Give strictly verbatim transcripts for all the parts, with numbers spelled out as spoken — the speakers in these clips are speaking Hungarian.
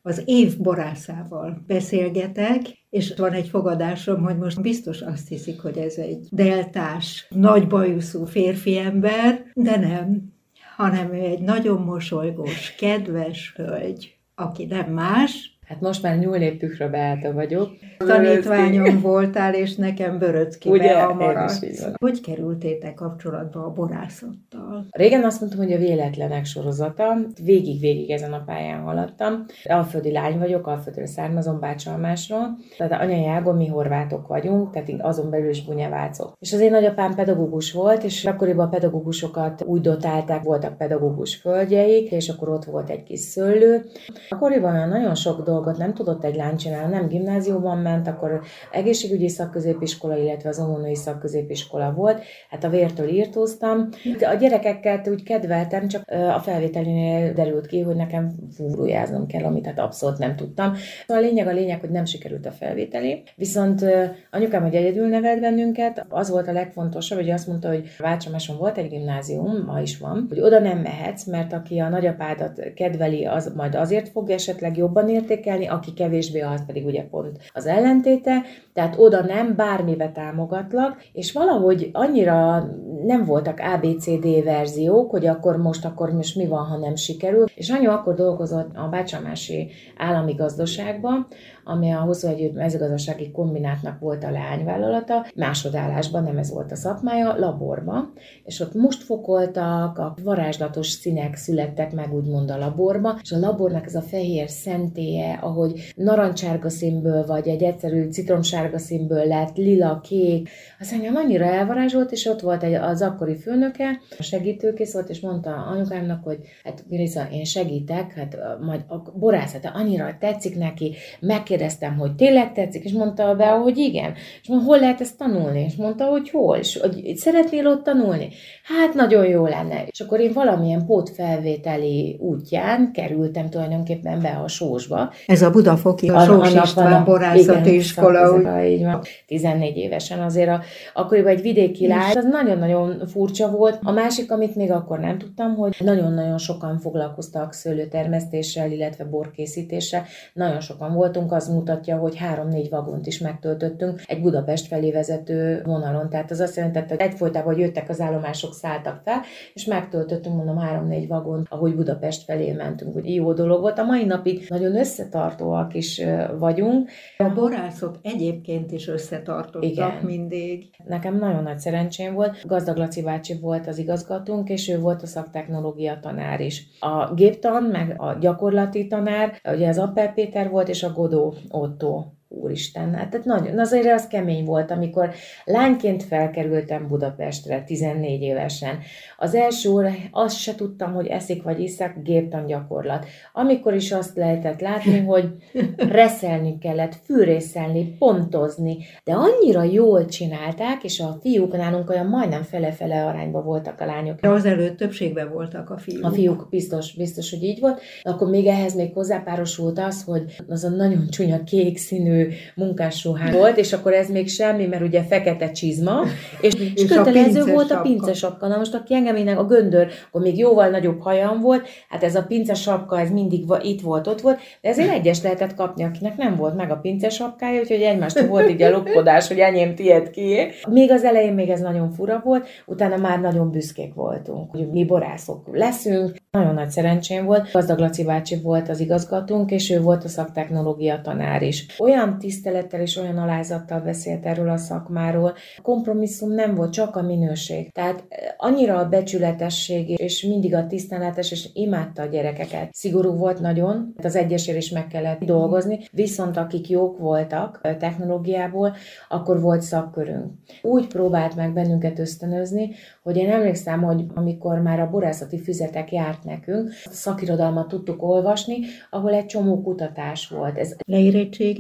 az év borászával beszélgetek, és van egy fogadásom, hogy most biztos azt hiszik, hogy ez egy deltás, nagy bajuszú férfi ember, de nem, hanem ő egy nagyon mosolygós, kedves hölgy, aki nem más. Hát most már nyúlnépükre beállta vagyok. Tanítványom voltál, és nekem Böröckibe ugye, amaradt. Hogy kerültétek kapcsolatba a borászattal? Régen azt mondtam, hogy a véletlenek sorozata. Végig-végig ezen a pályán haladtam. Alföldi lány vagyok, Alföldről származom, Bácsalmásról. Tehát anyai ágon mi horvátok vagyunk, tehát azon belül is bunyevácok. És az én nagyapám pedagógus volt, és akkoriban a pedagógusokat úgy dotálták, voltak pedagógus földjeik, és akkor ott volt egy kis szőlő. Akkoriban olyan nagyon sok dolgot nem tudott egy lány csinálni, nem gimnáziumban ment, akkor egészségügyi szakközépiskola, illetve az óvodai szakközépiskola volt. Hát a vértől írtóztam. A gyerekekkel úgy kedveltem, csak a felvételinél derült ki, hogy nekem fúrujáznom kell, amit hát abszolút nem tudtam. A lényeg a lényeg, hogy nem sikerült a felvételi. Viszont anyukám, hogy egyedül nevelt bennünket, az volt a legfontosabb, hogy azt mondta, hogy Vácsamáson volt egy gimnázium, ma is van, hogy oda nem mehetsz, mert aki a nagyapádat kedveli, az majd azért fog esetleg jobban értékelni, aki kevésbé, az pedig ugye pont az ellentéte, tehát oda nem, bármibe támogatlak, és valahogy annyira nem voltak á bé cé dé verziók, hogy akkor most, akkor most mi van, ha nem sikerül. És anyu akkor dolgozott a Bácsalmási állami gazdaságban, ami a huszonegyöt mezőgazdasági kombinátnak volt a leányvállalata, másodállásban, nem ez volt a szakmája, laborban, és ott most fokoltak, a varázslatos színek születtek meg úgymond a laborba, és a labornak ez a fehér szentélye, ahogy narancsárga színből, vagy egy egyszerű citromsárga színből lett, lila, kék, az engem annyira elvarázsolt, és ott volt egy, az akkori főnöke, a segítőkész volt, és mondta anyukámnak, hogy hát Mirisa, én segítek, hát majd a borászat annyira tetszik neki, megkérdeztem, hogy tényleg tetszik, és mondta be, hogy igen. És mondta, hol lehet ezt tanulni? És mondta, hogy hol? És hogy szeretnél ott tanulni? Hát nagyon jó lenne. És akkor én valamilyen pótfelvételi útján kerültem tulajdonképpen be a Sósba. Ez a Budafoki, a Sós István borászati iskola. Így van. tizennégy évesen azért a, akkoriban egy vidéki lány, az nagyon-nagyon furcsa volt. A másik, amit még akkor nem tudtam, hogy nagyon-nagyon sokan foglalkoztak szőlőtermesztéssel, illetve borkészítéssel. Nagyon sokan voltunk, az mutatja, hogy három-négy vagont is megtöltöttünk egy Budapest felé vezető vonalon. Tehát az azt jelenti, hogy egyfolytában, hogy jöttek az állomások, szálltak fel, és megtöltöttünk, mondom, három-négy vagont, ahogy Budapest felé mentünk. Úgy jó dolog volt. A mai napig nagyon összetartóak is vagyunk. A borászok egyébként is összetartottak. Igen. Mindig. Nekem nagyon nagy szerencsém volt. Gazdag Laci bácsi volt az igazgatónk, és ő volt a szaktechnológia tanár is. A géptan, meg a gyakorlati tanár, ugye az Appel Péter volt, és a Godó Otto. Úristen, hát tehát nagyon, azért az kemény volt, amikor lányként felkerültem Budapestre, tizennégy évesen. Az első óra azt se tudtam, hogy eszik vagy iszak, géptan gyakorlat. Amikor is azt lehetett látni, hogy reszelni kellett, fűrészelni, pontozni, de annyira jól csinálták, és a fiúk nálunk olyan majdnem fele-fele arányban voltak a lányok. De azelőtt többségben voltak a fiúk. A fiúk biztos, biztos, hogy így volt. Akkor még ehhez még hozzápárosult az, hogy az a nagyon csúnya kék színű munkásruhán volt, és akkor ez még semmi, mert ugye fekete csizma, és, és, és kötelező a volt a pincesapka. Na most aki engem innen a göndör, akkor még jóval nagyobb hajam volt, hát ez a pincesapka, ez mindig itt volt, ott volt, de ezért egyes lehetett kapni, akinek nem volt meg a pincesapkája, úgyhogy egymástól volt így a lopkodás, hogy enyém, tiéd, kié. Még az elején még ez nagyon fura volt, utána már nagyon büszkék voltunk, hogy mi borászok leszünk. Nagyon nagy szerencsém volt. Gazdag Laci bácsi volt az igazgatónk, és ő volt a szaktechnológia tanár is. Olyan tisztelettel és olyan alázattal beszélt erről a szakmáról. Kompromisszum nem volt, csak a minőség. Tehát annyira a becsületesség, és mindig a tiszteletes, és imádta a gyerekeket. Szigorú volt nagyon, az egyesért is meg kellett dolgozni, viszont akik jók voltak technológiából, akkor volt szakkörünk. Úgy próbált meg bennünket ösztönözni, hogy én emlékszem, hogy amikor már a borászati füzetek járt nekünk, a szakirodalmat tudtuk olvasni, ahol egy csomó kutatás volt. Ez leérettségiztél,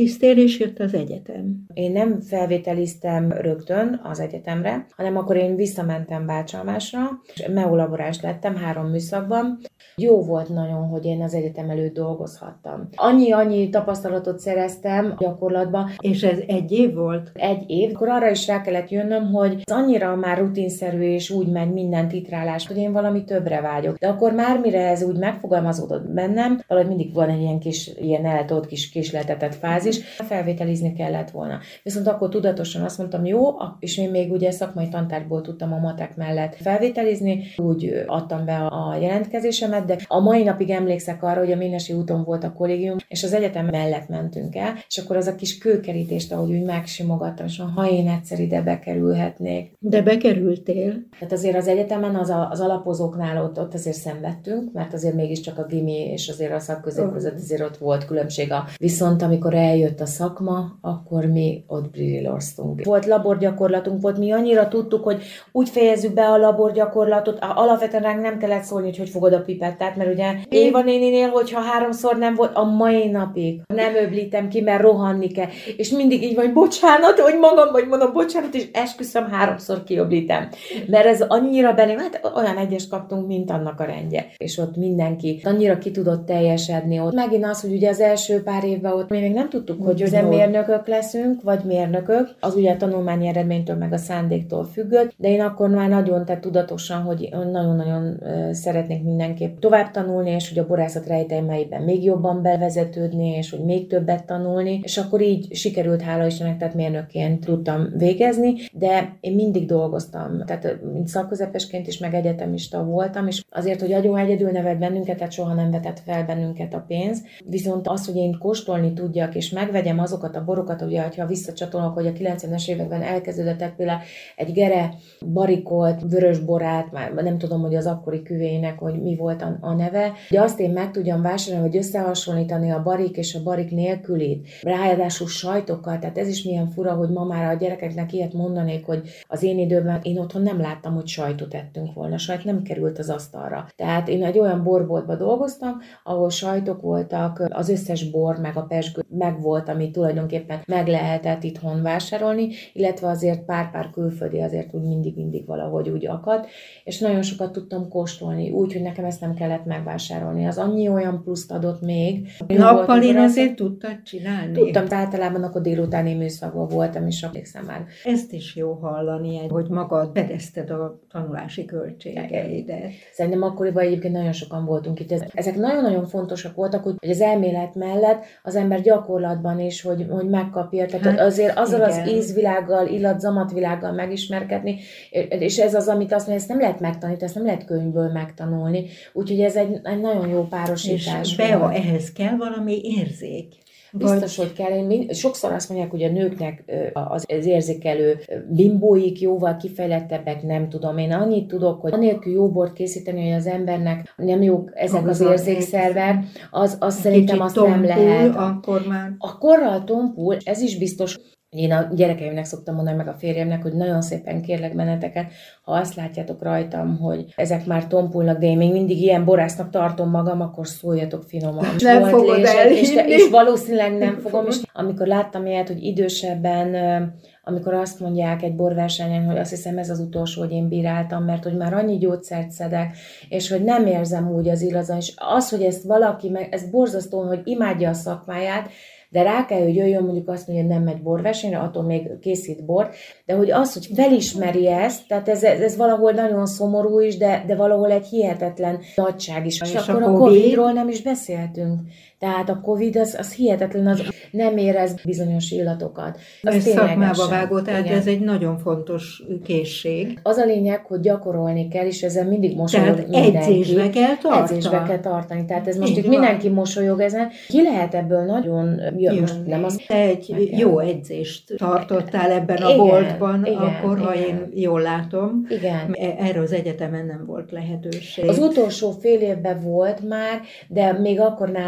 is jött az egyetem? Én nem felvételiztem rögtön az egyetemre, hanem akkor én visszamentem Bácsalmásra, és meolaborást lettem három műszakban. Jó volt nagyon, hogy én az egyetem előtt dolgozhattam. Annyi-annyi tapasztalatot szereztem gyakorlatban. És ez egy év volt? Egy év. Akkor arra is rá kellett jönnöm, hogy ez annyira már rutinszerű, és úgy megy minden titrálás, hogy én valami többre vágyok. De akkor már mire ez úgy megfogalmazódott bennem, valahogy mindig van egy ilyen kis, ilyen eltolt kis késleltetett fázis, felvételizni kellett volna. Viszont akkor tudatosan azt mondtam, jó, és én még ugye szakmai tantárgyból tudtam a matek mellett felvételizni, úgy adtam be a jelentkezésemet, de a mai napig emlékszek arra, hogy a Ménesi úton volt a kollégium, és az egyetem mellett mentünk el, és akkor az a kis kőkerítést, ahogy úgy megsimogattam, és ha én egyszer ide bekerülhetnék. De bekerültél? Tehát azért az egyetemen az, a, az alapozóknál ott, ott azért szenvedtünk, mert azért mégiscsak a gimi és azért a szakközép között azért ott volt különbség. A... Viszont amikor eljött a szakma, akkor mi ott brilloroztunk. Volt laborgyakorlatunk, volt, mi annyira tudtuk, hogy úgy fejezzük be a laborgyakorlatot, alapvetően ránk nem kellett szólni, hogy hogy fogod a pipettát, mert ugye Éva néninél, hogyha háromszor nem volt, a mai napig nem öblítem ki, mert rohanni kell. És mindig így van, bocsánat, hogy magam vagy mondom, bocsánat, és esküszöm, háromszor kiöblítem. Mert ez annyira benne, hát olyan egyes kaptunk, mint annak a rendje. És ott mindenki annyira ki tudott teljesedni. Ott megint az, hogy ugye az első pár évben ott mi még nem tudtuk, hogy ugye mérnökök leszünk, vagy mérnökök. Az ugye a tanulmányi eredménytől meg a szándéktól függött, de én akkor már nagyon, tehát tudatosan, hogy nagyon-nagyon szeretnék mindenképp tovább tanulni, és hogy a borászat rejtelmeiben még jobban bevezetődni, és hogy még többet tanulni, és akkor így sikerült, hála Istennek, tehát mérnökként tudtam végezni, de én mindig dolgoztam, tehát mint szakközepesként is, meg egyetemista voltam, és azért, hogy agyon egyedül nevelt bennünket, tehát soha nem vetett fel bennünket a pénz, viszont az, hogy én kóstolni tudjak, és megvegyem azokat a borokat, ugye, ha visszacsatolok, hogy a kilencvenes években elkezdődött például egy Gere barikolt vörösborát, már nem tudom, hogy az akkori küvének, hogy mi volt a, a neve, de azt én meg tudjam vásárolni, hogy összehasonlítani a barik és a barik nélkülit, ráadásul sajtokkal, tehát ez is milyen fura, hogy ma már a gyerekeknek ilyet mondanék, hogy az én időben én otthon nem láttam, hogy sajtot ettünk volna, sajt nem került az asztalra. Tehát én egy olyan borboltban dolgoztam, ahol sajtok voltak, az összes bor, meg a pezsgő meg volt, amit tulajdonképpen meg lehetett itthon vásárolni, illetve azért pár-pár külföldi azért úgy mindig-mindig valahogy úgy akadt, és nagyon sokat tudtam kóstolni, úgy, hogy nekem ezt nem kellett megvásárolni. Az annyi olyan pluszt adott még. Nappal én azért tudtad csinálni? Tudtam, általában akkor délutáni műszakban voltam, és emlékszem már. Ezt is jó hallani, hogy magad fedezted a tanulási költségeidet. Szerintem akkoriban egyébként nagyon sokan voltunk itt. Ezek nagyon-nagyon fontosak voltak, hogy az elmélet mellett az ember gyakorlatban is, hogy, hogy megkapja. Tehát hát, azért azzal igen. az ízvilággal, illat-zamatvilággal megismerkedni, és ez az, amit azt mondja, ezt nem lehet megtanítani, ezt nem lehet könyvből megtanulni. Úgyhogy ez egy, egy nagyon jó párosítás. És Bea, ehhez kell valami érzék. Biztos, hogy kell. Én mind, sokszor azt mondják, hogy a nőknek az, az érzékelő bimbóik jóval kifejlettebbek, nem tudom. Én annyit tudok, hogy anélkül jó bort készíteni, hogy az embernek nem jó ezek az, az érzékszervek, az, az szerintem azt tompul, nem lehet. Akkor már... A korral tompul, ez is biztos. Én a gyerekeimnek szoktam mondani, meg a férjemnek, hogy nagyon szépen kérlek benneteket, ha azt látjátok rajtam, hogy ezek már tompulnak, de én még mindig ilyen borásznak tartom magam, akkor szóljatok finoman. Nem fogod és, és valószínűleg nem fogom. És amikor láttam ilyet, hogy idősebben, amikor azt mondják egy borversenyen, hogy azt hiszem ez az utolsó, hogy én bíráltam, mert hogy már annyi gyógyszert szedek, és hogy nem érzem úgy az illazon, és az, hogy ezt valaki, meg, ez borzasztó, hogy imádja a szakmáját, de rá kell, hogy jöjjön, mondjuk azt mondja, hogy nem megy borversenyre, attól még készít bort, de hogy az, hogy felismeri ezt, tehát ez, ez valahol nagyon szomorú is, de, de valahol egy hihetetlen nagyság is. És, és akkor a, a Covidról nem is beszéltünk. Tehát a Covid az, az hihetetlen, az nem érez bizonyos illatokat. Ez szakmába vágott, tehát ez egy nagyon fontos készség. Az a lényeg, hogy gyakorolni kell, és ezzel mindig mosolyog tehát mindenki. edzésbe kell tartani. Edzésbe kell tartani. Tehát ez most itt mindenki mosolyog ezen. Ki lehet ebből nagyon jön, most nem az... Te egy jó edzést tartottál ebben a igen, boltban, igen, akkor, igen. ha én jól látom. Igen. Erre az egyetemen nem volt lehetőség. Az utolsó fél évben volt már, de még akkor nálunk nem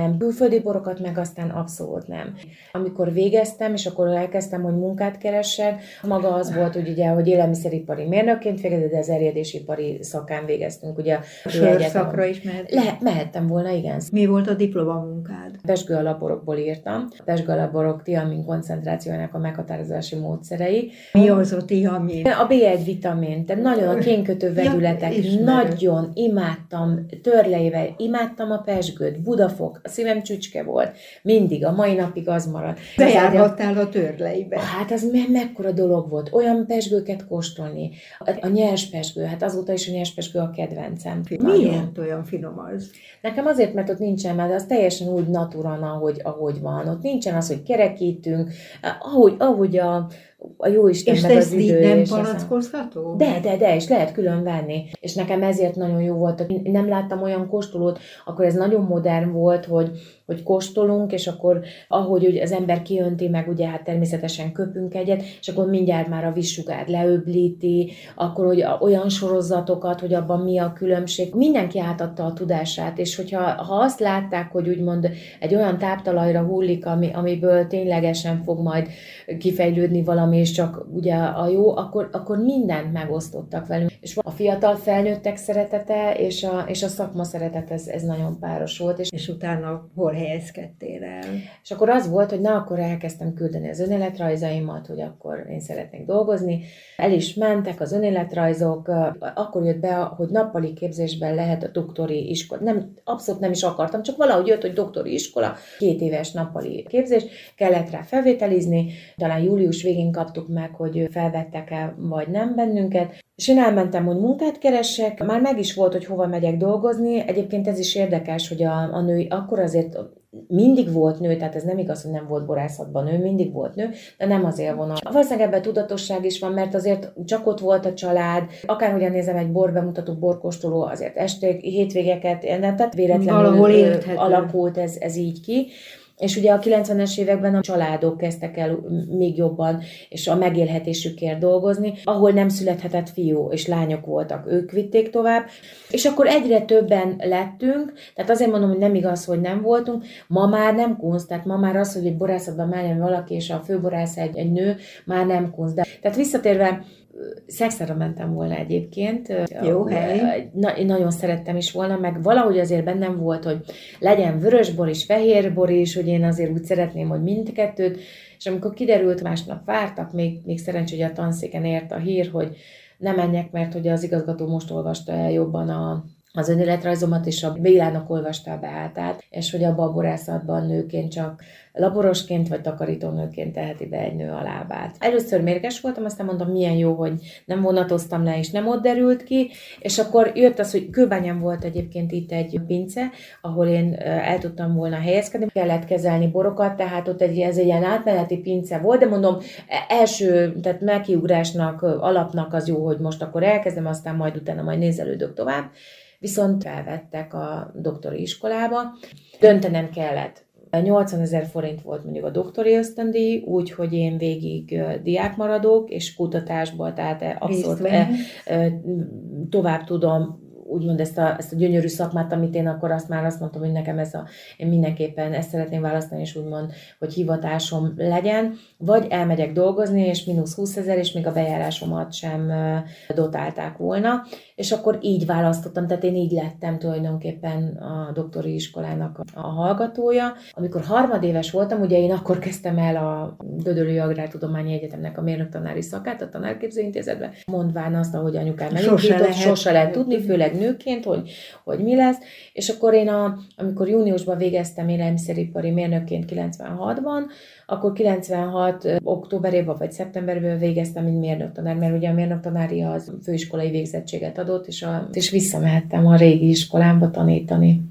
ilyen külföldi borokat, meg aztán abszolút nem. Amikor végeztem, és akkor elkezdtem, hogy munkát keressek, maga az volt, hogy ugye, hogy élelmiszeripari mérnökként végeztem, de az erjedésipari szakán végeztünk. Ugye a sörszakra is mehettem? Le, mehettem volna, igen. Mi volt a diplomamunkád? Pezsgőalaborokból írtam. A pezsgőalaborok tiamin koncentrációjának a meghatározási módszerei. Mi az a tiamin? A bé egy vitamin, tehát nagyon a kénkötő vegyületek, ja, nagyon imádtam, törleivel imádtam a pezsgőt, Budafok, a szívem csücske volt, mindig, a mai napig az maradt. Bejárhattál a törleibe? Hát az me- mekkora dolog volt, olyan pezsgőket kóstolni. A, a nyers pezsgő, hát azóta is a nyers pezsgő a kedvencem. Miért olyan finom az? Nekem azért, mert ott nincsen, mert az teljesen úgy naturan, ahogy, ahogy van. Ott nincsen az, hogy kerekítünk, ahogy, ahogy a a Jóisten és meg az idő. És nem palackozható? De, de, de, és lehet külön venni. És nekem ezért nagyon jó volt, hogy nem láttam olyan kóstolót, akkor ez nagyon modern volt, hogy, hogy kóstolunk, és akkor ahogy hogy az ember kiönti meg, ugye hát természetesen köpünk egyet, és akkor mindjárt már a vízsugár leöblíti, akkor hogy olyan sorozatokat, hogy abban mi a különbség. Mindenki átadta a tudását, és hogyha ha azt látták, hogy úgymond egy olyan táptalajra hullik, ami, amiből ténylegesen fog majd kifejlődni valami, és csak ugye a jó, akkor, akkor mindent megosztottak velünk. És a fiatal felnőttek szeretete, és a, és a szakma szeretet, ez, ez nagyon páros volt. És, és utána hol helyezkedtél el? És akkor az volt, hogy na, akkor elkezdtem küldeni az önéletrajzaimat, hogy akkor én szeretnék dolgozni. El is mentek az önéletrajzok, akkor jött be, hogy nappali képzésben lehet a doktori iskola. Nem, abszolút nem is akartam, csak valahogy jött, hogy doktori iskola, két éves nappali képzés, kellett rá felvételizni, talán július végén kaptuk meg, hogy felvettek-e vagy nem bennünket. És én elmentem, hogy munkát keressek, már meg is volt, hogy hova megyek dolgozni. Egyébként ez is érdekes, hogy a, a női, akkor azért mindig volt nő, tehát ez nem igaz, hogy nem volt borászatban nő, mindig volt nő, de nem az élvonal. Valószínűleg ebben tudatosság is van, mert azért csak ott volt a család, akárhogyan nézem, egy borbemutató, borkóstoló, azért esték, hétvégeket, tehát véletlenül alakult ez, ez így ki. És ugye a kilencvenes években a családok kezdtek el még jobban, és a megélhetésükért dolgozni, ahol nem születhetett fiú és lányok voltak, ők vitték tovább. És akkor egyre többen lettünk, tehát azért mondom, hogy nem igaz, hogy nem voltunk. Ma már nem kunst, tehát ma már az, hogy egy borászatban menjen valaki, és a főborász egy, egy nő, már nem kunst. De, tehát visszatérve, Szexára mentem volna egyébként. Jó hely. Na, én nagyon szerettem is volna, meg valahogy azért bennem volt, hogy legyen vörösbor is, fehérbor is, hogy én azért úgy szeretném, hogy mindkettőt. És amikor kiderült, másnap vártak, még, még szerencsé, hogy a tanszéken ért a hír, hogy ne menjek, mert hogy az igazgató most olvasta el jobban a az önéletrajzomat, és a Bélának olvasta be át, és hogy abban a borászatban nőként csak laborosként vagy takarítónőként teheti be egy nő a lábát. Először mérges voltam, aztán mondtam, milyen jó, hogy nem vonatoztam le, és nem ott derült ki, és akkor jött az, hogy Kőbányán volt egyébként itt egy pince, ahol én el tudtam volna helyezkedni, kellett kezelni borokat, tehát ott egy, ez egy ilyen átmeneti pince volt, de mondom, első, tehát megkiugrásnak, alapnak az jó, hogy most akkor elkezdem, aztán majd utána majd nézelődök tovább. Viszont felvettek a doktori iskolába. Döntenem kellett. nyolcvanezer forint volt mondjuk a doktori ösztöndíj, úgyhogy én végig diák maradok, és kutatásból, tehát abszolút e, e, tovább tudom úgymond ezt a, ezt a gyönyörű szakmát, amit én akkor azt már azt mondtam, hogy nekem ez a, én mindenképpen ezt szeretném választani, és úgymond, hogy hivatásom legyen, vagy elmegyek dolgozni, és mínusz húszezer, és még a bejárásomat sem dotálták volna, és akkor így választottam, tehát én így lettem tulajdonképpen a doktori iskolának a hallgatója. Amikor harmadéves voltam, ugye én akkor kezdtem el a Gödöllői Agrártudományi Egyetemnek a mérnöktanári szakát, a tanárképzőintézetben, mondván azt, ahogy anyukám megindított, sose lehet tudni, főleg nőként, hogy, hogy mi lesz. És akkor én, a, amikor júniusban végeztem élelmiszeripari mérnökként kilencvenhatban, akkor kilencvenhat októberében vagy szeptemberben végeztem, mint mérnöktanár, mert ugye a mérnöktanári az főiskolai végzettséget adott, és, a, és visszamehettem a régi iskolámba tanítani.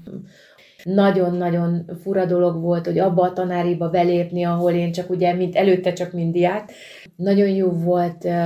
Nagyon-nagyon fura dolog volt, hogy abba a tanáriba belépni, ahol én csak ugye, mint előtte csak mind diák. Nagyon jó volt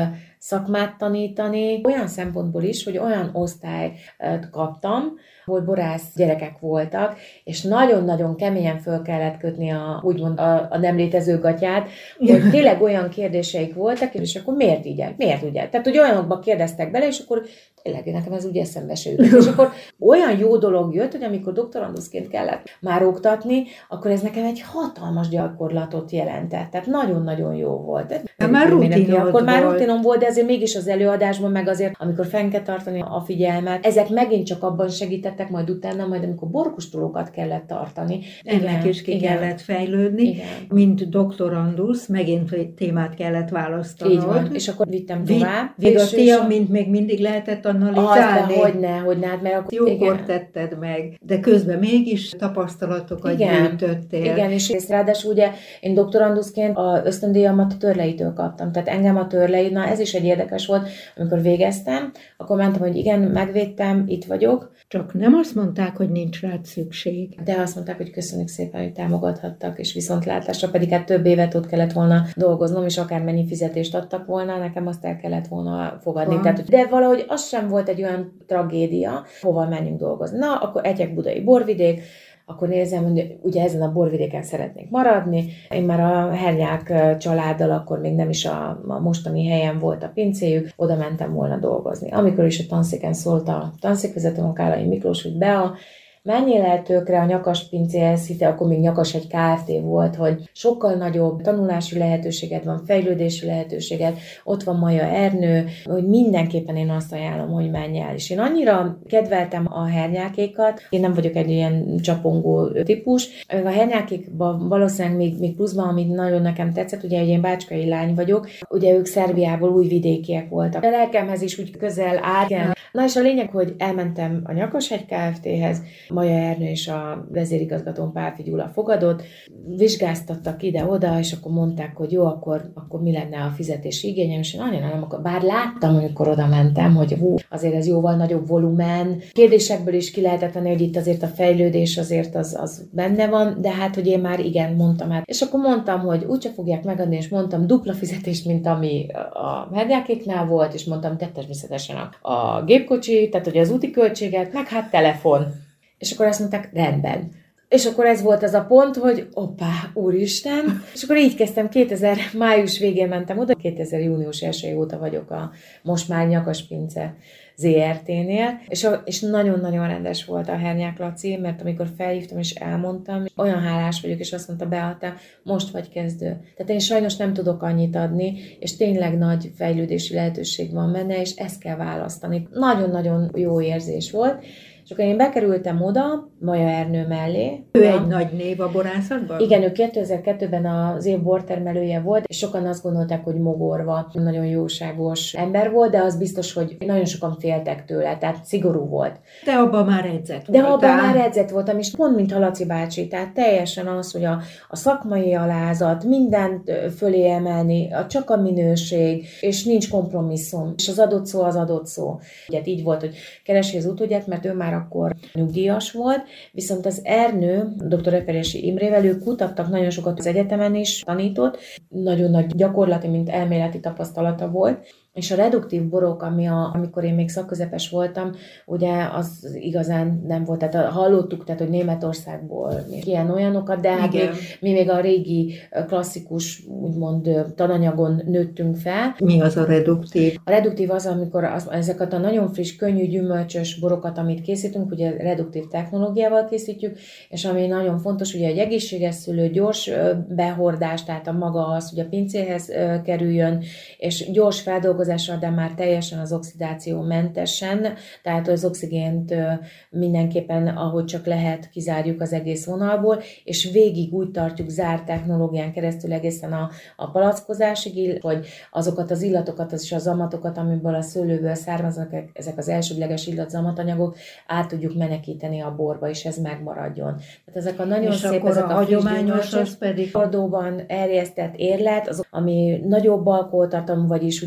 szakmát tanítani, olyan szempontból is, hogy olyan osztályt kaptam, ahol borász gyerekek voltak, és nagyon-nagyon keményen föl kellett kötni a, úgymond a, a nem létező gatyát, hogy tényleg olyan kérdéseik voltak, és akkor miért így? Miért ugye? Tehát, hogy olyanokba kérdeztek bele, és akkor tényleg nekem ez úgy eszembe se jutott. És akkor olyan jó dolog jött, hogy amikor doktoranduszként kellett már oktatni, akkor ez nekem egy hatalmas gyakorlatot jelentett. Tehát nagyon-nagyon jó volt. De már rutinod Akkor volt. már rutinom volt, de azért mégis az előadásban, meg azért, amikor fenn kell tartani a figyelmet, ezek megint csak abban segítettek, majd utána, majd amikor borkustulókat kellett tartani. Ennek igen, is ki igen. kellett fejlődni, Igen. mint doktorandusz, megint egy témát kellett választanod. Így van, és akkor vittem tovább. Még a téma, mint még mindig lehetett analizálni. Az, hogyne, hogyne, hát mert akkor... Jókor tetted meg, de közben mégis tapasztalatokat igen, gyűjtöttél. Igen, és ráadásul ugye én doktoranduszként a ösztöndíjamat a Törleitől kaptam, tehát engem a Törlei, na ez is egy érdekes volt, amikor végeztem, akkor mentem, hogy igen, megvédtem, itt vagyok. Csak nem azt mondták, hogy nincs rád szükség. De azt mondták, hogy köszönjük szépen, hogy támogathattak, és viszontlátásra pedig hát több évet ott kellett volna dolgoznom, és akármennyi fizetést adtak volna, nekem azt el kellett volna fogadni. Tehát, de valahogy az sem volt egy olyan tragédia, hova menjünk dolgozni. Na, akkor Egyek-Budai borvidék, akkor nézem, hogy ugye ezen a borvidéken szeretnék maradni. Én már a Hernyák családdal, akkor még nem is a, a mostani helyen volt a pincéjük, oda mentem volna dolgozni. Amikor is a tanszéken szólt a tanszékvezetőm, Kálai Miklós, hogy Bea, menjél el tökre a Nyakas pincéhez, hitte, akkor még Nyakas egy Kft. Volt, hogy sokkal nagyobb tanulási lehetőséged van, fejlődési lehetőséged, ott van Maja Ernő, hogy mindenképpen én azt ajánlom, hogy menj el. És én annyira kedveltem a hernyákékat, én nem vagyok egy ilyen csapongó típus, a hernyákékban valószínűleg még, még pluszban, amit nagyon nekem tetszett, ugye, hogy én bácskai lány vagyok, ugye ők Szerbiából újvidékiek voltak. A lelkemhez is úgy közel állt. Na és a lényeg, hogy elmentem a Nyakashegy Kft-hez, Maja Ernő és a vezérigazgatón Pálfi Gyula fogadott, vizsgáztattak ide-oda, és akkor mondták, hogy jó, akkor, akkor mi lenne a fizetési igényem, és én annyira nem akar. Bár láttam, amikor oda mentem, hogy hú, azért ez jóval nagyobb volumen. Kérdésekből is ki lehetett venni, hogy itt azért a fejlődés azért az, az benne van, de hát, hogy én már igen, mondtam hát. És akkor mondtam, hogy úgyse fogják megadni, és mondtam dupla fizetést, mint ami a hernyákéknál volt, és mondtam, te természetesen a, a gépkocsi, tehát hogy az úti költséget, meg hát telefon. És akkor azt mondták, rendben. És akkor ez volt az a pont, hogy oppá, úristen. És akkor így kezdtem, kétezer május végén mentem oda, kétezer június elsője óta vagyok a most már Nyakas Pince zé er té-nél, és, és nagyon-nagyon rendes volt a Hernyák Laci, mert amikor felhívtam és elmondtam, olyan hálás vagyok, és azt mondta, Bea, te most vagy kezdő. Tehát én sajnos nem tudok annyit adni, és tényleg nagy fejlődési lehetőség van benne, és ezt kell választani. Nagyon-nagyon jó érzés volt. És akkor én bekerültem oda, Maja Ernő mellé. Ő egy nagy név a borászatban? Igen, ő kétezer-kettőben az év bortermelője volt, és sokan azt gondolták, hogy mogorva, nagyon jóságos ember volt, de az biztos, hogy nagyon sokan féltek tőle, tehát szigorú volt. De abban már edzett De voltál. abban már edzett voltam, és pont mint Laci bácsi, tehát teljesen az, hogy a, a szakmai alázat, mindent fölé emelni, a, csak a minőség, és nincs kompromisszum, és az adott szó az adott szó. Ugye így volt, hogy keresi az utódját, mert ő már akkor nyugdíjas volt, viszont az Ernő, dr. Eperjesi Imrével, ők kutattak nagyon sokat az egyetemen is, tanított, nagyon nagy gyakorlati, mint elméleti tapasztalata volt, és a reduktív borok, ami a, amikor én még szakközepes voltam, ugye az igazán nem volt, tehát hallottuk, tehát, hogy Németországból ilyen olyanokat, de hát még, mi még a régi klasszikus, úgymond tananyagon nőttünk fel. Mi az a reduktív? A reduktív az, amikor az, ezeket a nagyon friss, könnyű, gyümölcsös borokat, amit készítünk, ugye reduktív technológiával készítjük, és ami nagyon fontos, ugye egy egészséges szülő, gyors behordás, tehát a maga az, hogy a pincéhez kerüljön, és gyors feldolgozás, de már teljesen az oxidáció mentesen, tehát az oxigént mindenképpen, ahogy csak lehet, kizárjuk az egész vonalból, és végig úgy tartjuk zárt technológián keresztül egészen a, a palackozásig, hogy azokat az illatokat és az zamatokat, amiből a szőlőből származnak, ezek az elsődleges illatzamatanyagok, át tudjuk menekíteni a borba, és ez megmaradjon. Tehát ezek a nagyon és szép, ezek a, a hagyományos, az pedig hordóban erjesztett érlet, az, ami nagyobb alkoholtartalmú, vagyis ugye a most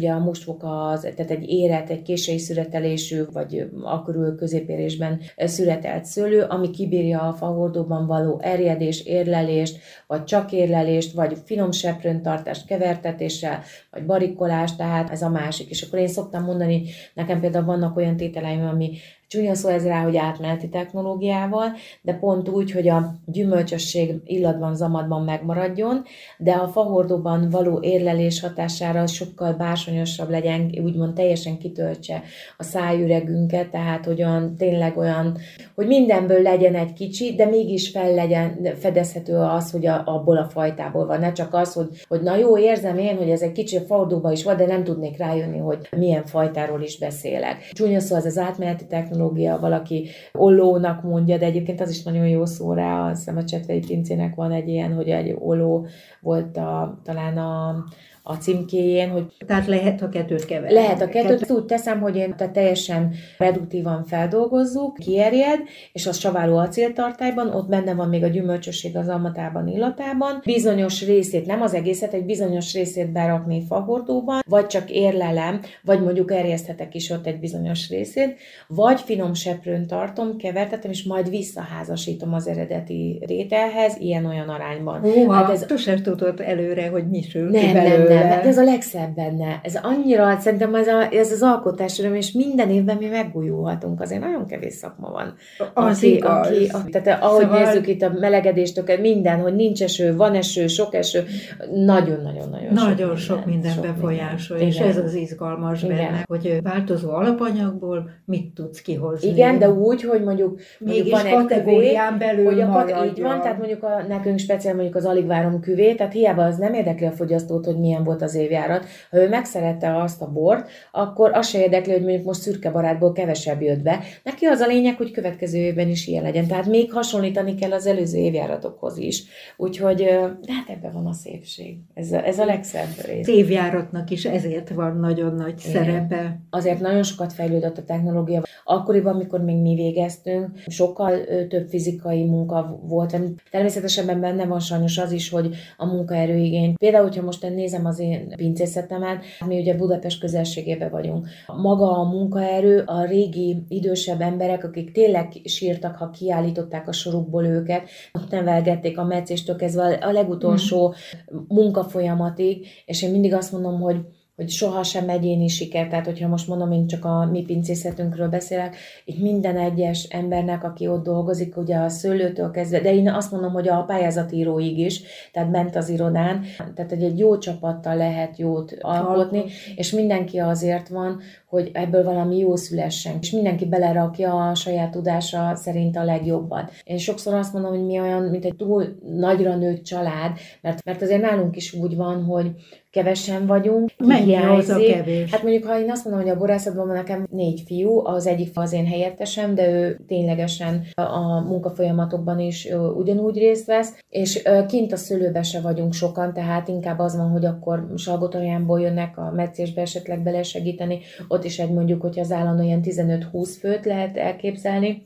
csúcsfok, az, tehát egy érett, egy késői szüretelésű, vagy akkor középérésben szüretelt szőlő, ami kibírja a fahordóban való erjedés, érlelést, vagy csak érlelést, vagy finom seprőntartást kevertetéssel, vagy barikolást, tehát ez a másik. És akkor én szoktam mondani, nekem például vannak olyan tételeim, ami csúnya szó ez rá, hogy átmeneti technológiával, de pont úgy, hogy a gyümölcsösség illatban, zamatban megmaradjon, de a fahordóban való érlelés hatására sokkal bársonyosabb legyen, úgymond teljesen kitöltse a szájüregünket, tehát olyan, tényleg olyan, hogy mindenből legyen egy kicsi, de mégis fel legyen fedezhető az, hogy a, abból a fajtából van. Ne csak az, hogy, hogy na jó, érzem én, hogy ez egy kicsi fahordóban is van, de nem tudnék rájönni, hogy milyen fajtáról is beszélek. Csúnya szó az az átmeneti technológia, valaki ollónak mondja, de egyébként az is nagyon jó szó rá, azt hiszem a Csetvei Pincének van egy ilyen, hogy egy olló volt a, talán a, a címkéjén, hogy... Tehát lehet a kettőt keverni. Lehet a kettőt. Kettő. Úgy teszem, hogy én tehát teljesen reduktívan feldolgozzuk, kierjed, és az saváló acéltartályban, ott benne van még a gyümölcsösség az almatában, illatában. Bizonyos részét, nem az egészet, egy bizonyos részét berakni fahordóban, vagy csak érlelem, vagy mondjuk erjeszthetek is ott egy bizonyos részét, vagy finom seprőn tartom, kevertetem, és majd visszaházasítom az eredeti rételhez, ilyen-olyan arányban. Húha, hát ez sosem tudod előre, hogy mi sül ki belőle. Nem, mert ez a legszebb benne. Ez annyira, szerintem ez, a, ez az alkotás öröm, és minden évben mi megújulhatunk. Azért nagyon kevés szakma van. Az aki, igaz. Aki, a, tehát ahogy Szóval... nézzük itt a melegedést, minden, hogy nincs eső, van eső, sok eső, nagyon-nagyon-nagyon Nagyon sok, sok minden, minden befolyásol, és ez az izgalmas igen. benne, hogy változó alapanyagból mit tudsz kihozni. Igen, de úgy, hogy mondjuk, mondjuk van egy kategórián belül hogy a, maradjon. Így van, tehát mondjuk a, nekünk speciál mondjuk az alig várom küvé, tehát hiába az nem érdekli a fogyasztót, hogy milyen volt az évjárat. Ha ő megszerette azt a bort, akkor az se érdekli, hogy mondjuk most szürke barátból kevesebb jött be. Neki az a lényeg, hogy következő évben is ilyen legyen. Tehát még hasonlítani kell az előző évjáratokhoz is. Úgyhogy hát ebben van a szépség. Ez a, ez a legszebb rész. Az évjáratnak is ezért van nagyon nagy igen. szerepe. Azért nagyon sokat fejlődött a technológia. Akkoriban, amikor még mi végeztünk, sokkal több fizikai munka volt. Természetesen benne van sajnos az is, hogy a munkaerőigény. Például, hogyha most nézem az én pincészetemet, mi ugye Budapest közelségében vagyunk. Maga a munkaerő, a régi idősebb emberek, akik tényleg sírtak, ha kiállították a sorukból őket, nevelgették a metszéstől kezdve a legutolsó mm. munkafolyamatig, és én mindig azt mondom, hogy hogy sohasem egyéni siker, tehát hogyha most mondom, én csak a mi pincészetünkről beszélek, itt minden egyes embernek, aki ott dolgozik, ugye a szőlőtől kezdve, de én azt mondom, hogy a pályázatíróig is, tehát bent az irodán, tehát hogy egy jó csapattal lehet jót alkotni, és mindenki azért van, hogy ebből valami jó szülessen, és mindenki belerakja a saját tudása szerint a legjobbat. Én sokszor azt mondom, hogy mi olyan, mint egy túl nagyra nőtt család, mert, mert azért nálunk is úgy van, hogy kevesen vagyunk. Mennyi az a kevés? Hát mondjuk, ha én azt mondom, hogy a borászatban van nekem négy fiú, az egyik az én helyettesem, de ő ténylegesen a munkafolyamatokban is ugyanúgy részt vesz, és kint a szőlőbe se vagyunk sokan, tehát inkább az van, hogy akkor Salgótarjánból jönnek a metszésbe esetleg belesegíteni, ott is egy mondjuk, hogyha az állandó ilyen tizenöt-húsz főt lehet elképzelni,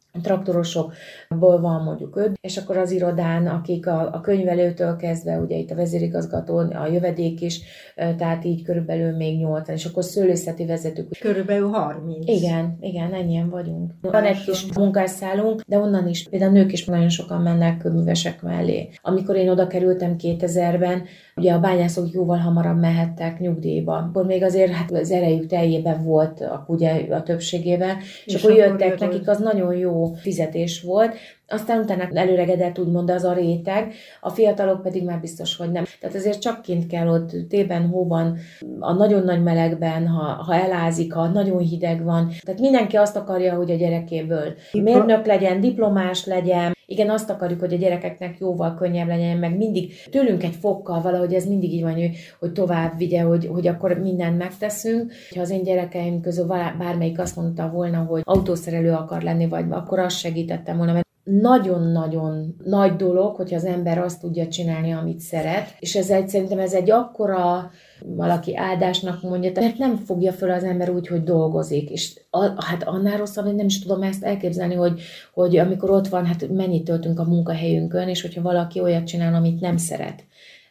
traktorosokból van mondjuk öt, és akkor az irodán, akik a, a könyvelőtől kezdve, ugye itt a vezérigazgató, a jövedék is, tehát így körülbelül még nyolcan, és akkor szőlészeti vezetők. Körülbelül harminc. Igen, igen, ennyien vagyunk. Van egy kis munkásszálunk, de onnan is, például nők is nagyon sokan mennek művesek mellé. Amikor én oda kerültem kétezerben, ugye a bányászok jóval hamarabb mehettek nyugdíjba. Akkor még azért hát az erejük teljében volt ugye a többségében, és, és akkor jöttek, akkor nekik az nagyon jó fizetés volt, aztán utána előregedett úgymond az a réteg, a fiatalok pedig már biztos, hogy nem. Tehát azért csak kint kell ott tében, hóban, a nagyon nagy melegben, ha, ha elázik, ha nagyon hideg van. Tehát mindenki azt akarja, hogy a gyerekéből mérnök legyen, diplomás legyen. Igen, azt akarjuk, hogy a gyerekeknek jóval könnyebb legyen, meg mindig tőlünk egy fokkal valahogy ez mindig így van, hogy tovább vigye, hogy, hogy akkor mindent megteszünk. Ha az én gyerekeim közül bármelyik azt mondta volna, hogy autószerelő akar lenni, vagy akkor azt segítettem volna, mert nagyon-nagyon nagy dolog, hogyha az ember azt tudja csinálni, amit szeret, és ez egy, szerintem ez egy akkora, valaki áldásnak mondja, mert nem fogja föl az ember úgy, hogy dolgozik, és a, hát annál rosszabb, hogy nem is tudom ezt elképzelni, hogy, hogy amikor ott van, hát mennyit töltünk a munkahelyünkön, és hogyha valaki olyat csinál, amit nem szeret.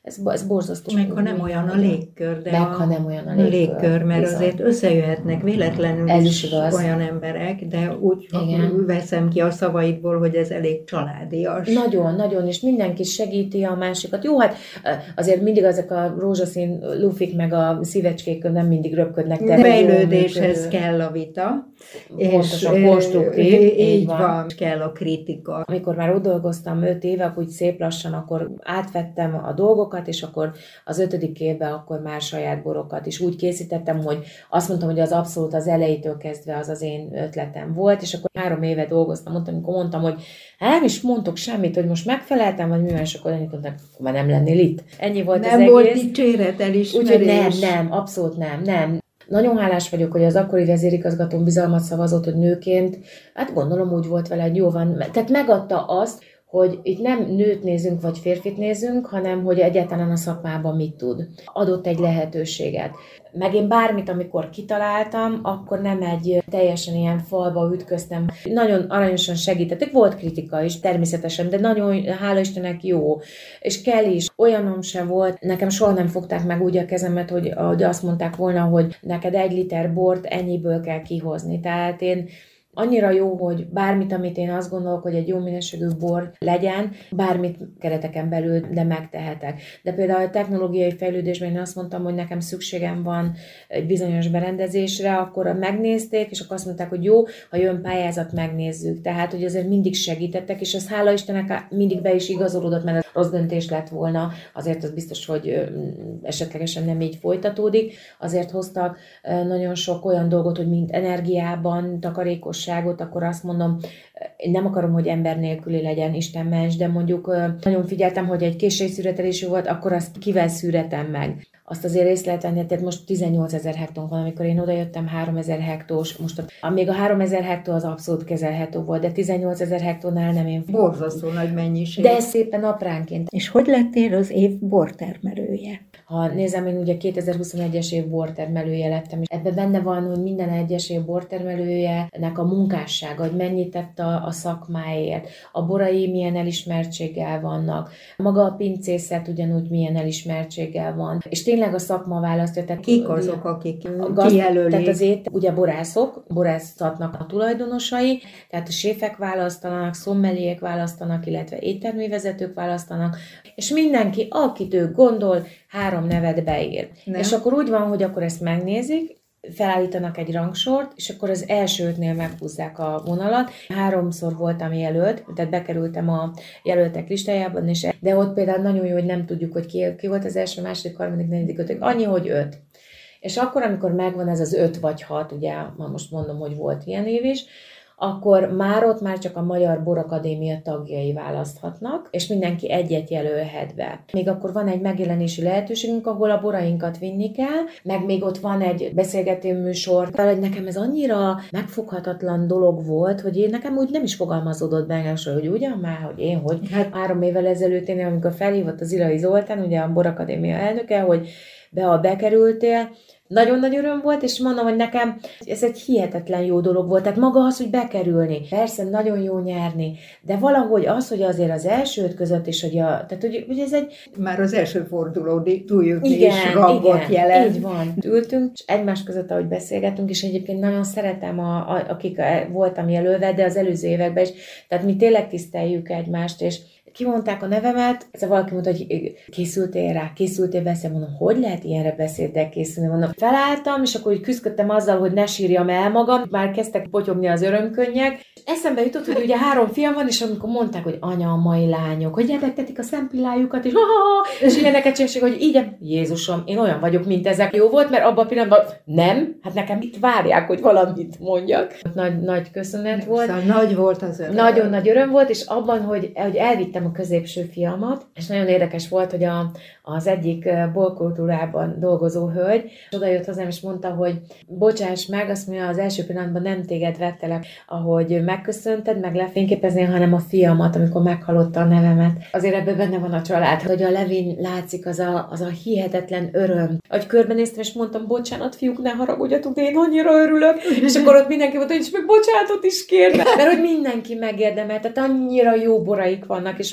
Ez, ez borzasztó. Meg ha nem olyan a légkör, de meg, a, ha nem olyan a légkör, légkör mert bizony. Azért összejöhetnek véletlenül ez is, is olyan emberek, de úgy Igen. veszem ki a szavaidból, hogy ez elég családias. Nagyon, nagyon, és mindenki segíti a másikat. Jó, hát azért mindig ezek a rózsaszín lufik meg a szívecskék nem mindig röpködnek. De fejlődéshez kell a vita. Pontosan, és konstruktív. Így, így van. van, kell a kritika. Amikor már ott dolgoztam öt éve, úgy szép lassan, akkor átvettem a dolgokat, és akkor az ötödik évben akkor már saját borokat is úgy készítettem, hogy azt mondtam, hogy az abszolút az elejétől kezdve az az én ötletem volt, és akkor három éve dolgoztam, mondtam, amikor mondtam, hogy nem is mondtok semmit, hogy most megfeleltem, vagy mi van, és akkor annyit mondtam, akkor már nem lennél itt. Ennyi volt nem az egész. Nem volt dicséret, elismerés. Úgyhogy nem, nem, abszolút nem, nem. Nagyon hálás vagyok, hogy az akkori vezérigazgatón bizalmat szavazott, hogy nőként, hát gondolom úgy volt vele, hogy jó van. Tehát megadta azt, hogy itt nem nőt nézünk, vagy férfit nézünk, hanem hogy egyáltalán a szakmában mit tud. Adott egy lehetőséget. Meg én bármit, amikor kitaláltam, akkor nem egy teljesen ilyen falba ütköztem. Nagyon aranyosan segítettek, volt kritika is természetesen, de nagyon, hála Istennek jó. És kell is. Olyanom se volt, nekem soha nem fogták meg úgy a kezemet, hogy, hogy azt mondták volna, hogy neked egy liter bort ennyiből kell kihozni. Tehát én annyira jó, hogy bármit, amit én azt gondolok, hogy egy jó minőségű bor legyen, bármit kereteken belül, de megtehetek. De például a technológiai fejlődésben én azt mondtam, hogy nekem szükségem van egy bizonyos berendezésre, akkor megnézték, és akkor azt mondták, hogy jó, ha jön pályázat, megnézzük. Tehát, hogy azért mindig segítettek, és ez hála Istennek mindig be is igazolódott, mert rossz döntés lett volna, azért az biztos, hogy esetlegesen nem így folytatódik. Azért hoztak nagyon sok olyan dolgot, hogy mind energiában, takarékos akkor azt mondom, én nem akarom, hogy ember nélküli legyen, Isten ments, de mondjuk nagyon figyeltem, hogy egy készségszűretelésű volt, akkor azt kivel szűretem meg. Azt azért észre lehet venni, tehát most tizennyolcezer hektó van, amikor én odajöttem, háromezer hektós, most a, még a háromezer hektó az abszolút kezelhető volt, de tizennyolcezer hektónál nem én. Borzasztó nagy mennyiség. De ez szépen apránként. És hogy lettél az év bortermelője? Ha nézem, én ugye kétezer-huszonegyes év bortermelője lettem, és ebben benne van, hogy minden egyes év bortermelőjenek a munkássága, hogy mennyit tett a, a szakmáért, a borai milyen elismertséggel vannak, maga a pincészet ugyanúgy milyen elismertséggel van, és tényleg a szakma választja. Tehát kik azok, akik gazd, kijelölik? Tehát azért ugye borászok, borászatnak a tulajdonosai, tehát a séfek választanak, szommeliék választanak, illetve éttermi vezetők választanak, és mindenki, akit ő gondol, három nevet beír. Nem. És akkor úgy van, hogy akkor ezt megnézik, felállítanak egy rangsort, és akkor az első ötnél meghúzzák a vonalat. Háromszor voltam jelölt, tehát bekerültem a jelöltek listájában, és de ott például nagyon jó, hogy nem tudjuk, hogy ki, ki volt az első, második, harmadik, negyedik, ötödik, annyi, hogy öt. És akkor, amikor megvan ez az öt vagy hat, ugye, ma most mondom, hogy volt ilyen év is, akkor már ott már csak a Magyar Borakadémia tagjai választhatnak, és mindenki egyet jelölhet be. Még akkor van egy megjelenési lehetőségünk, ahol a borainkat vinni kell, meg még ott van egy beszélgető műsor. Tehát nekem ez annyira megfoghatatlan dolog volt, hogy én nekem úgy nem is fogalmazódott benne, hogy ugyan már, hogy én, hogy hát három évvel ezelőtt én, amikor felhívott az Ilai Zoltán, ugye a Borakadémia elnöke, hogy be, ha bekerültél, nagyon nagy öröm volt, és mondom, hogy nekem ez egy hihetetlen jó dolog volt. Tehát maga az, hogy bekerülni. Persze, nagyon jó nyerni, de valahogy az, hogy azért az első öt között is, hogy, a, tehát, hogy, hogy ez egy... Már az első forduló túljutni is rangot jelent. Így van. Ültünk, és egymás között, ahogy beszélgettünk, és egyébként nagyon szeretem, a, a, akik voltam jelölve, de az előző években is. Tehát mi tényleg tiszteljük egymást, és kimondták a nevemet, ez valaki mondta, hogy készültél rá, készültél beszélni, mondom, hogy lehet ilyenre beszéddel készülni, mondom. Felálltam, és akkor úgy küzdöttem azzal, hogy ne sírjam el magam, már kezdtek potyogni az örömkönnyek. Eszembe jutott, hogy ugye három fiam van, és amikor mondták, hogy anya, a mai lányok, hogy lebegtetik a szempillájukat, és ha és ilyeneket csinálják, hogy így, Jézusom, én olyan vagyok, mint ezek. Jó volt, mert abban a pillanatban nem, hát nekem itt várják, hogy valamit mondjak. Nagy, nagy köszönet volt. Szóval nagy volt az öröm. Nagyon nagy öröm volt, és abban, hogy, hogy elvittem a középső fiamat, és nagyon érdekes volt, hogy a, az egyik bolkultúrában dolgozó hölgy oda jött hozzám, és mondta, hogy bocsáss meg, azt mondja, az első pillanatban nem téged vettelek, ahogy megköszönted, meg lefényképeznél, hanem a fiamat, amikor meghallotta a nevemet. Azért ebben benne van a család, hogy a levén látszik az a, az a hihetetlen öröm. Ahogy körbenéztem, és mondtam, bocsánat, fiúk, ne haragudjatok, de én annyira örülök, és akkor ott mindenki mondta, hogy is meg bocsánatot is kérne, mert hogy mindenki megérdemel, tehát annyira jó boraik vannak, és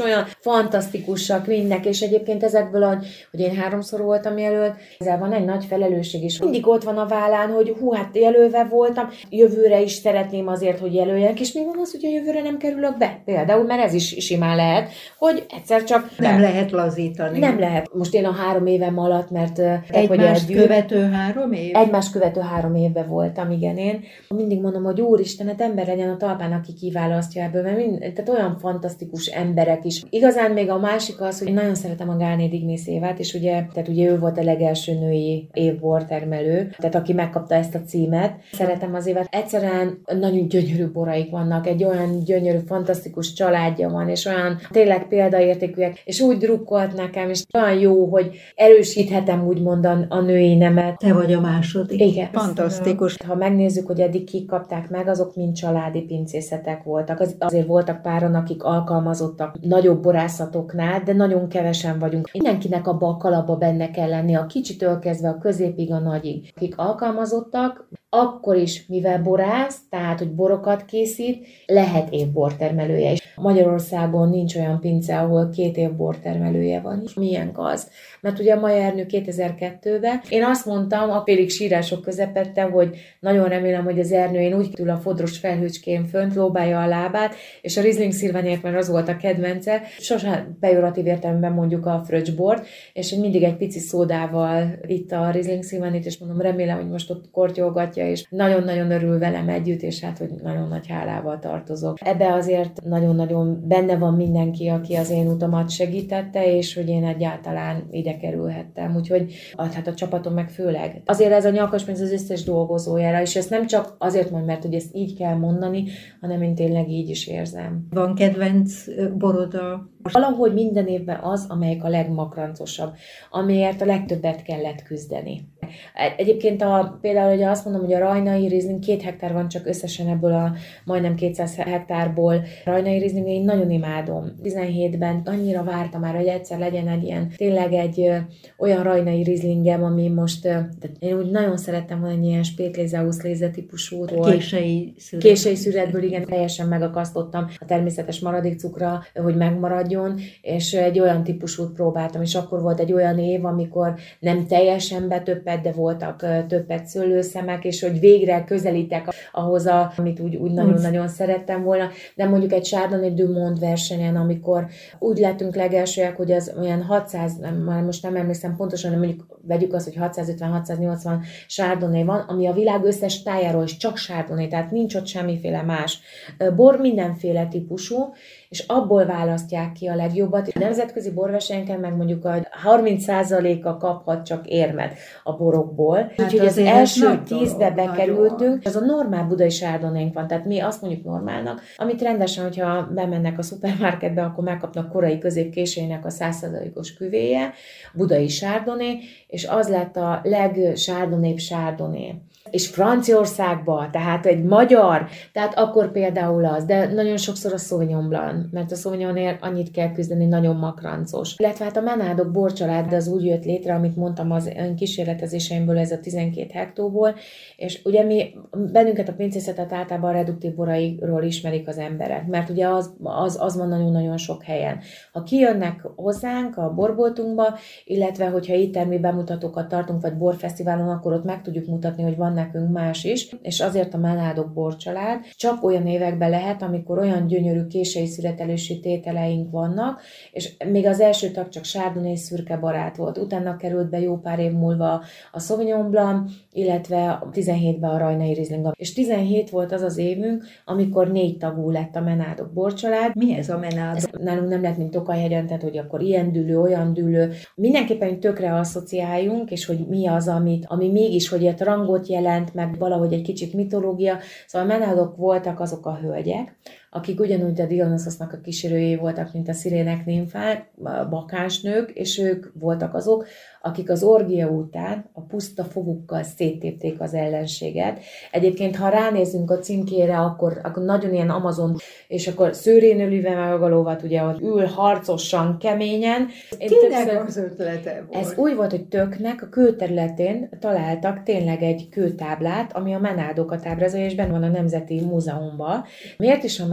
olyan fantasztikusak mindnek, és egyébként ezekből, hogy én háromszor voltam jelölt, ezzel van egy nagy felelősség is. Mindig ott van a vállán, hogy hú, hát jelölve voltam, jövőre is szeretném azért, hogy jelöljenek, és még van az, hogy a jövőre nem kerülök be. Például, mert ez is simán lehet, hogy egyszer csak... Nem be. lehet lazítani. Nem lehet. Most én a három évem alatt, mert... Egymást együtt, követő három év? Egymást követő három évben voltam, igen én. Mindig mondom, hogy úristen, hát ember legyen a talpán, aki kiválasztja ebből, mert mind, tehát olyan fantasztikus emberek is. Igazán még a másik az, hogy én nagyon szeretem a Gálnéd Ignész Évát, és ugye, tehát ugye ő volt a legelső női évbortermelő, tehát aki megkapta ezt a címet. Szeretem az Évet. Egyszerűen nagyon gyönyörű boraik vannak, egy olyan gyönyörű, fantasztikus családja van, és olyan tényleg példaértékűek, és úgy drukkolt nekem, és olyan jó, hogy erősíthetem úgymond a, a női nemet. Te vagy a második. Igen. Fantasztikus. Ha megnézzük, hogy eddig kik kapták meg, azok mind családi pincészetek voltak. Az, azért voltak páran, akik alkalmazottak nagyobb borászatoknál, de nagyon kevesen vagyunk. Mindenkinek abba a kalapba benne kell lenni, a kicsitől kezdve a középig, a nagyig. Akik alkalmazottak, akkor is, mivel borász, tehát, hogy borokat készít, lehet évbortermelője is. Magyarországon nincs olyan pince, ahol két évbortermelője van. Milyen az? Mert ugye a Maja Ernő kétezer-kettőben én azt mondtam a félig sírások közepette, hogy nagyon remélem, hogy az Ernő én úgy ül a fodros felhőcskén fönt, lóbálja a lábát, és a Riesling szilványért, mert az volt a kedvence, sosem pejoratív értelemben mondjuk a fröccsbort, és hogy mindig egy pici szódával itt a Riesling szilványét, és mondom, remélem, hogy most ott kortyolgatja, és nagyon-nagyon örül velem együtt, és hát, hogy nagyon nagy hálával tartozok. Ebbe azért nagyon-nagyon benne van mindenki, aki az én utamat segítette, és hogy én egyáltalán ide kerülhettem, úgyhogy hát a csapatom meg főleg. Azért ez a nyakaspénz az összes dolgozójára, és ezt nem csak azért mondom, mert hogy ezt így kell mondani, hanem én tényleg így is érzem. Van kedvenc boroda? Valahogy minden évben az, amelyik a legmakrancosabb, amiért a legtöbbet kellett küzdeni. Egyébként a, például, hogy azt mondom, hogy a rajnai Riesling két hektár van csak összesen ebből a majdnem kétszáz hektárból. Rajnai Riesling én nagyon imádom. tizenhétben annyira vártam már, hogy egyszer legyen egy ilyen, tényleg egy ö, olyan rajnai Rieslingem, ami most, ö, én úgy nagyon szerettem volna egy ilyen Spätlese-Auslese típusú. Kései szüret. Kései szüretből, igen, teljesen megakasztottam a természetes maradékcukra, hogy megmaradjon, és egy olyan típusút próbáltam, és akkor volt egy olyan év, amikor nem teljesen betöppett, de voltak többet szőlőszemek, és hogy végre közelítek ahhoz, a, amit úgy, úgy nagyon-nagyon szerettem volna. De mondjuk egy Chardonnay du Monde versenyen, amikor úgy lettünk legelsőek, hogy az olyan hatszáz, már most nem emlékszem pontosan, de mondjuk vegyük azt, hogy hatszázötven-hatszáznyolcvan Chardonnay van, ami a világ összes tájáról is csak Chardonnay, tehát nincs ott semmiféle más bor, mindenféle típusú, és abból választják ki a legjobbat. A nemzetközi borversenyeken meg mondjuk a harminc százaléka kaphat csak érmet a borokból. Hát úgyhogy az első tízbe bekerültünk, az a normál budai Chardonnayunk van, tehát mi azt mondjuk normálnak, amit rendesen, hogyha bemennek a szupermarketbe, akkor megkapnak korai középkésőjének a száz százalékos küvéje, budai Chardonnay, és az lett a legchardonnaybb Chardonnay. És Franciaországban, tehát egy magyar, tehát akkor például az, de nagyon sokszor a Sauvignon Blanc, mert a Sauvignonért annyit kell küzdeni, nagyon makrancos. Illetve hát a Menádok borcsalád az úgy jött létre, amit mondtam az ön kísérletezéseimből, ez a tizenkét hektóból, és ugye mi, bennünket a pincészetet általában a reduktív borairól ismerik az emberek, mert ugye az, az, az van nagyon-nagyon sok helyen. Ha kijönnek hozzánk a borboltunkba, illetve hogyha éttermi bemutatókat tartunk, vagy borfesztiválon, akkor ott meg tudjuk mutatni, hogy van nekünk más is, és azért a Menádok borcsalád csak olyan években lehet, amikor olyan gyönyörű kései szüretelősi tételeink vannak, és még az első tag csak Chardonnay szürke barát volt. Utána került be jó pár év múlva a Sauvignon Blanc, illetve tizenhétben a rajnai Riesling. És tizenhét volt az az évünk, amikor négy tagú lett a Menádok borcsalád. Mi ez a Menádok? Ez nálunk nem lett, mint Tokajhegyen, tehát hogy akkor ilyen dűlő, olyan dűlő. Mindenképpen tökre asszociáljunk, és hogy mi az, amit, ami mégis, hogy egy rangot jelent, meg valahogy egy kicsit mitológia. Szóval a Menádok voltak azok a hölgyek, akik ugyanúgy a Dionysosznak a kísérőjei voltak, mint a szirének, nimfák, bakánsnők, és ők voltak azok, akik az orgia után a puszta fogukkal széttépték az ellenséget. Egyébként, ha ránézünk a címkére, akkor, akkor nagyon ilyen Amazon, és akkor szőrénölűve meg a lovat, ugye ott ül harcosan, keményen. Kinek az ötlete volt? Ez úgy volt, hogy Töknek a külterületén találtak tényleg egy kőtáblát, ami a Menádokat ábrázolja, és benne van a Nemzeti Múzeumban. Miért is a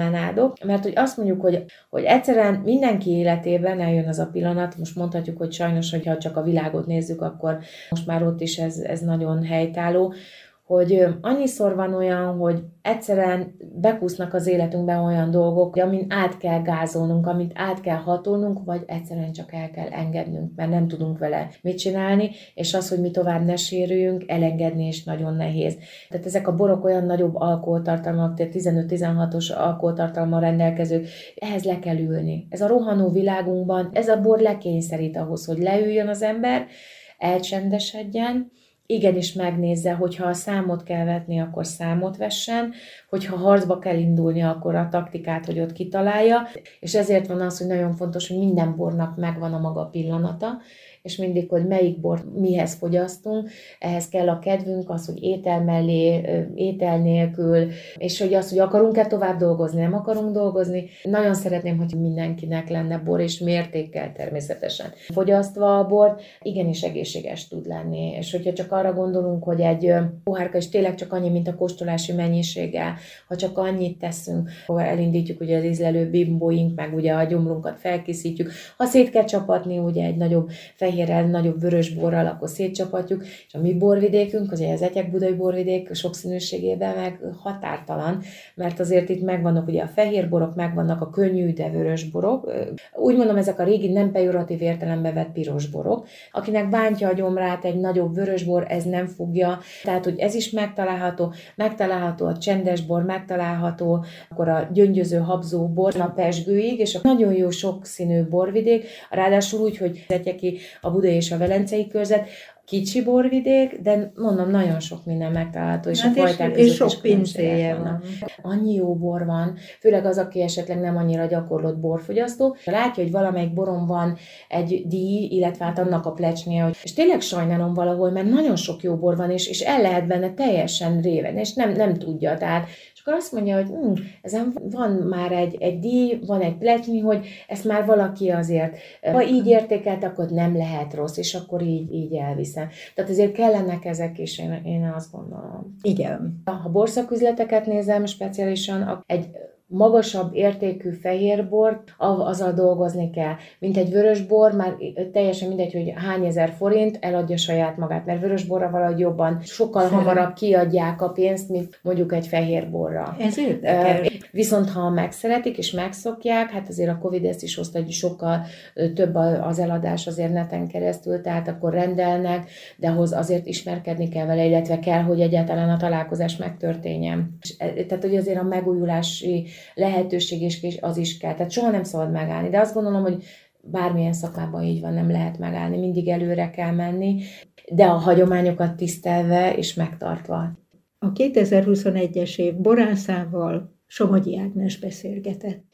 promenádok, mert hogy azt mondjuk, hogy, hogy egyszerűen mindenki életében eljön az a pillanat, most mondhatjuk, hogy sajnos, hogyha csak a világot nézzük, akkor most már ott is ez, ez nagyon helytálló, hogy annyiszor van olyan, hogy egyszerűen bekúsznak az életünkben olyan dolgok, amin át kell gázolnunk, amit át kell hatolnunk, vagy egyszerűen csak el kell engednünk, mert nem tudunk vele mit csinálni, és az, hogy mi tovább ne sérüljünk, elengedni is nagyon nehéz. Tehát ezek a borok olyan nagyobb alkoholtartalmak, tehát tizenöt-tizenhatos alkoholtartalmal rendelkezők, ehhez le kell ülni. Ez a rohanó világunkban, ez a bor lekényszerít ahhoz, hogy leüljön az ember, elcsendesedjen, igenis megnézze, hogyha a számot kell vetni, akkor számot vessen, hogyha harcba kell indulni, akkor a taktikát, hogy ott kitalálja, és ezért van az, hogy nagyon fontos, hogy minden bornak megvan a maga pillanata, és mindig, hogy melyik bort mihez fogyasztunk, ehhez kell a kedvünk, az, hogy étel mellé, étel nélkül, és hogy az, hogy akarunk-e tovább dolgozni, nem akarunk dolgozni. Nagyon szeretném, hogy mindenkinek lenne bor, és mértékkel természetesen. Fogyasztva a bort, igenis egészséges tud lenni, és hogyha csak arra gondolunk, hogy egy pohárka is tényleg csak annyi, mint a kóstolási mennyiséggel, ha csak annyit teszünk, ha elindítjuk ugye az ízlelő bimbóink, meg ugye a gyomrunkat felkészítjük, ha szét kell csapatni ugye egy nagyobb fehérrel, nagyobb vörös borral, akkor szétcsapatjuk, és a mi borvidékünk, ugye az Etyek-budai borvidék sokszínűségében meg határtalan, mert azért itt megvannak ugye a fehér borok, megvannak a könnyű, de vörös borok. Úgy mondom, ezek a régi nem pejoratív értelembe vett piros borok. Akinek bántja a gyomrát egy nagyobb vörös bor, ez nem fogja. Tehát, hogy ez is megtalálható, megtalálható a csendes bor, megtalálható akkor a gyöngyöző habzó bor, a pezsgőig, és a nagyon jó sokszínű borvidék, ráadásul úgy, hogy Etyeki, a budai és a velencei körzet, kicsi borvidék, de mondom, nagyon sok minden megtalálható, és hát a fajták és, és sok pincéje van. Annyi jó bor van, főleg az, aki esetleg nem annyira gyakorlott borfogyasztó, látja, hogy valamelyik boron van egy díj, illetve hát annak a plecsnie, és tényleg sajnálom valahol, mert nagyon sok jó bor van, és, és el lehet benne teljesen réven, és nem, nem tudja, tehát és akkor azt mondja, hogy hm, ezen van már egy, egy díj, van egy plecsni, hogy ezt már valaki azért, ha így értékelt, akkor nem lehet rossz, és akkor így, így elviszem. Tehát azért kellenek ezek is, én, én azt gondolom. Igen. Ha borszaküzleteket nézem speciálisan, egy magasabb értékű fehérbort, azzal dolgozni kell. Mint egy vörösbor, már teljesen mindegy, hogy hány ezer forint, eladja saját magát, mert vörösborra valahogy jobban, sokkal Szerint. hamarabb kiadják a pénzt, mint mondjuk egy fehérborra. Ez érdekes. Viszont ha megszeretik és megszokják, hát azért a Covid ezt is hozta, hogy sokkal több az eladás azért neten keresztül, tehát akkor rendelnek, de ahhoz azért ismerkedni kell vele, illetve kell, hogy egyáltalán a találkozás megtörténjen. Tehát, hogy azért a megújulási lehetőség is az is kell. Tehát soha nem szabad megállni. De azt gondolom, hogy bármilyen szakmában így van, nem lehet megállni. Mindig előre kell menni, de a hagyományokat tisztelve és megtartva. A kétezer-huszonegyes év borászával Somogyi Ágnes beszélgetett.